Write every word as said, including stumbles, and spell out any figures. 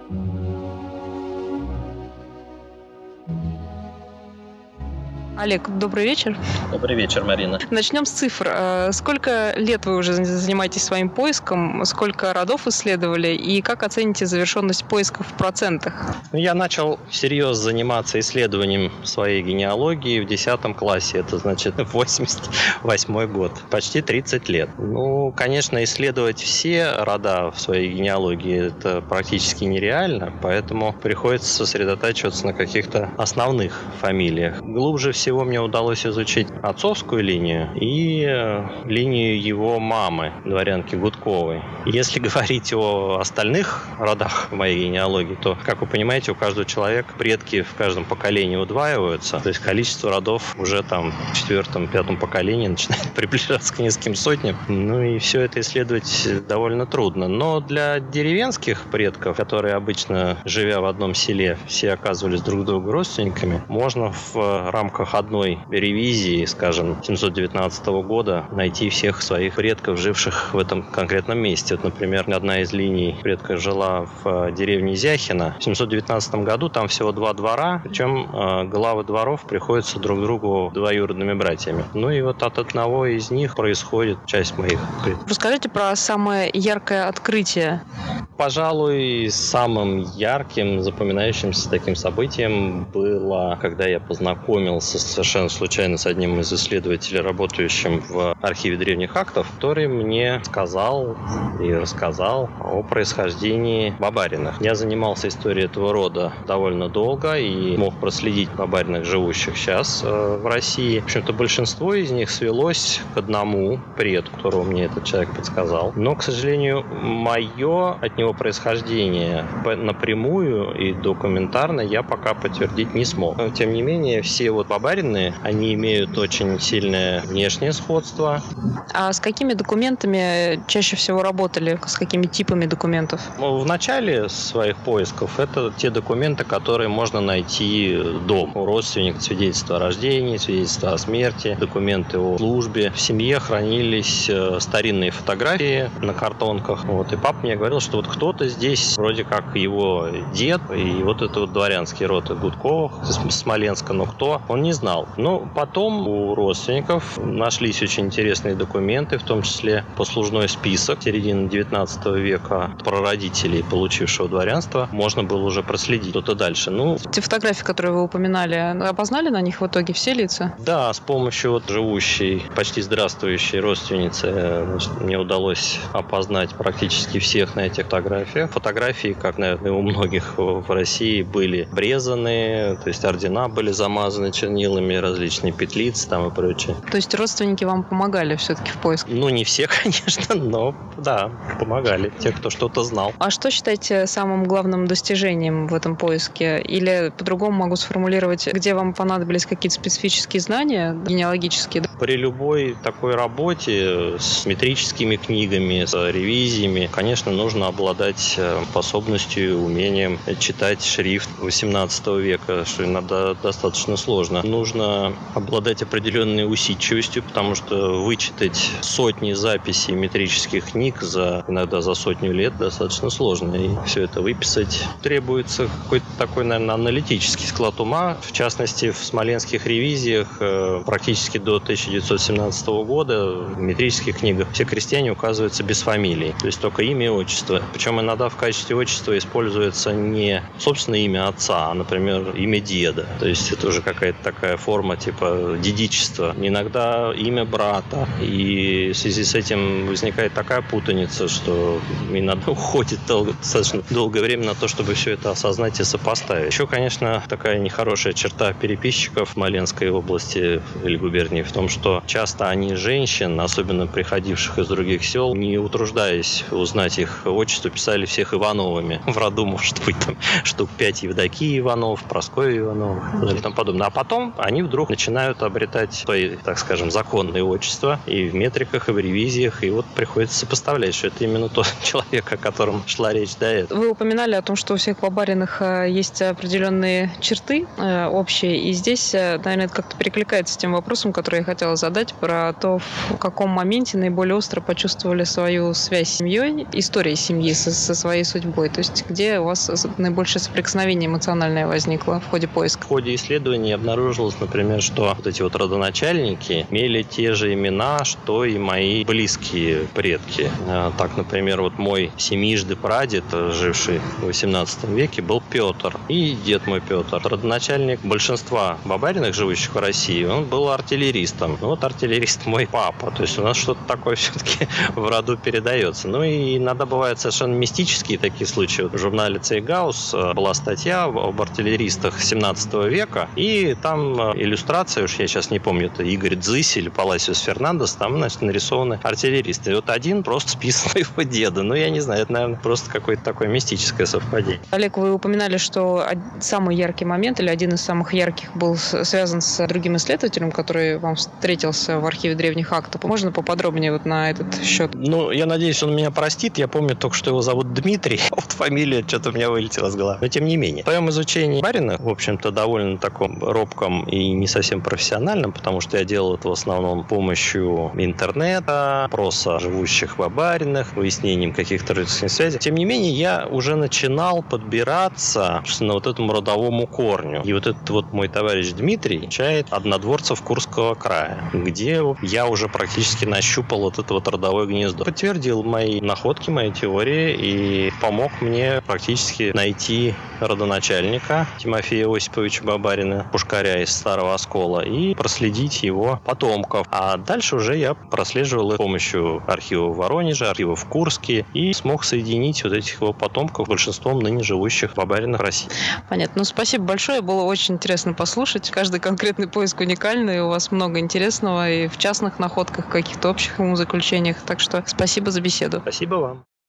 Олег, добрый вечер. Добрый вечер, Марина. Начнем с цифр. Сколько лет вы уже занимаетесь своим поиском? Сколько родов исследовали? И как оцените завершенность поиска в процентах? Я начал всерьез заниматься исследованием своей генеалогии в десятом классе. Это значит восемьдесят восьмой год. Почти тридцать лет. Ну, конечно, исследовать все рода в своей генеалогии это практически нереально, поэтому приходится сосредотачиваться на каких-то основных фамилиях. Глубже всего Всего мне удалось изучить отцовскую линию и линию его мамы, дворянки Гудковой. Если говорить о остальных родах в моей генеалогии, то, как вы понимаете, у каждого человека предки в каждом поколении удваиваются. То есть количество родов уже там в четвертом-пятом поколении начинает приближаться к нескольким сотням. Ну и все это исследовать довольно трудно. Но для деревенских предков, которые обычно, живя в одном селе, все оказывались друг другу родственниками, можно в рамках одной ревизии, скажем, семьсот девятнадцатого года найти всех своих предков, живших в этом конкретном месте. Вот, например, одна из линий предка жила в деревне Зяхино. В семьсот девятнадцатом году там всего два двора, причем э, главы дворов приходятся друг другу двоюродными братьями. Ну и вот от одного из них происходит часть моих предков. Расскажите про самое яркое открытие. Пожалуй, самым ярким, запоминающимся таким событием было, когда я познакомился совершенно случайно с одним из исследователей, работающим в архиве древних актов, который мне сказал и рассказал о происхождении Бабариных. Я занимался историей этого рода довольно долго и мог проследить Бабариных, живущих сейчас э, в России. В общем-то, большинство из них свелось к одному предку, которого мне этот человек подсказал. Но, к сожалению, мое от него происхождение напрямую и документарно я пока подтвердить не смог. Но, тем не менее, все вот Бабарины, они имеют очень сильное внешнее сходство. А с какими документами чаще всего работали? С какими типами документов? В начале своих поисков это те документы, которые можно найти дома. У родственников свидетельство о рождении, свидетельство о смерти, документы о службе. В семье хранились старинные фотографии на картонках. Вот. И папа мне говорил, что вот кто-то здесь, вроде как его дед, и вот это вот дворянский род Гудковых из Смоленска, но кто, он не знал. Но потом у родственников нашлись очень интересные документы, в том числе послужной список середины девятнадцатого века прародителей, получившего дворянство. Можно было уже проследить что-то дальше. Ну, те фотографии, которые вы упоминали, опознали на них в итоге все лица? Да, с помощью вот живущей, почти здравствующей родственницы, значит, мне удалось опознать практически всех на этих фотографиях. Фотографии, как, наверное, у многих в России, были обрезаны, то есть ордена были замазаны чернилами, различные петлицы там и прочее. То есть родственники вам помогали все-таки в поиске? Ну, не все, конечно, но да, помогали. Те, кто что-то знал. А что считаете самым главным достижением в этом поиске? Или по-другому могу сформулировать, где вам понадобились какие-то специфические знания генеалогические? При любой такой работе с метрическими книгами, с ревизиями, конечно, нужно обладать способностью, умением читать шрифт восемнадцатого века, что иногда достаточно сложно. Нужно обладать определенной усидчивостью, потому что вычитать сотни записей метрических книг за иногда за сотню лет достаточно сложно. И все это выписать требуется какой-то такой, наверное, аналитический склад ума. В частности, в смоленских ревизиях практически до тысяча девятьсот семнадцатого года в метрических книгах все крестьяне указываются без фамилий, то есть только имя и отчество. Причем иногда в качестве отчества используется не собственное имя отца, а, например, имя деда. То есть это уже какая-то такая форма типа дедичества. Иногда имя брата. И в связи с этим возникает такая путаница, что иногда уходит долго, достаточно долгое время на то, чтобы все это осознать и сопоставить. Еще, конечно, такая нехорошая черта переписчиков в Смоленской области или губернии в том, что часто они женщин, особенно приходивших из других сел, не утруждаясь узнать их отчество, писали всех Ивановыми. В роду может быть там штук пять Евдокии Иванов, Прасковья Иванов и тому подобное. А потом они вдруг начинают обретать свои, так скажем, законные отчества и в метриках, и в ревизиях, и вот приходится сопоставлять, что это именно тот человек, о котором шла речь до этого. Вы упоминали о том, что у всех бабариных есть определенные черты общие, и здесь, наверное, это как-то перекликается с тем вопросом, который я хотела задать, про то, в каком моменте наиболее остро почувствовали свою связь с семьей, историей семьи со, со своей судьбой, то есть где у вас наибольшее соприкосновение эмоциональное возникло в ходе поиска? В ходе исследований обнаружилось, например, что вот эти вот родоначальники имели те же имена, что и мои близкие предки. Так, например, вот мой семижды прадед, живший в восемнадцатом веке, был Петр, и дед мой Петр. Родоначальник большинства бабариных, живущих в России, он был артиллеристом. Ну вот артиллерист мой папа, то есть у нас что-то такое все-таки в роду передается. Ну и иногда бывают совершенно мистические такие случаи. Вот в журнале Цейгаус была статья об артиллеристах семнадцатого века, и там иллюстрация, уж я сейчас не помню, это Игорь Дзысь или Паласиус Фернандес, там, значит, нарисованы артиллеристы. И вот один просто списан у его деда. Ну, я не знаю, это, наверное, просто какое-то такое мистическое совпадение. Олег, вы упоминали, что самый яркий момент или один из самых ярких был связан с другим исследователем, который вам встретился в архиве древних актов. Можно поподробнее вот на этот счет? Ну, я надеюсь, он меня простит. Я помню только, что его зовут Дмитрий. Вот фамилия что-то у меня вылетела с головы. Но тем не менее. В своем изучении барина, в общем-то, довольно таком робком и не совсем профессиональном, потому что я делал это в основном с помощью интернета, опроса живущих в бабаринах, выяснением каких-то родственных связей. Тем не менее, я уже начинал подбираться, собственно, вот этому родовому корню. И вот этот вот мой товарищ Дмитрий получает однодворцев Курского края, где я уже практически нащупал вот это вот родовое гнездо. Подтвердил мои находки, мои теории и помог мне практически найти родоначальника Тимофея Осиповича Бабарина, пушкаря из Старого Оскола, и проследить его потомков. А дальше уже я прослеживал их с помощью архива в Воронеже, архива в Курске, и смог соединить вот этих его потомков с большинством ныне живущих в бабаринах России. Понятно. Ну, спасибо большое. Было очень интересно послушать. Каждый конкретный поиск уникальный. У вас много интересного и в частных находках, каких-то общих умозаключениях. Так что спасибо за беседу. Спасибо вам.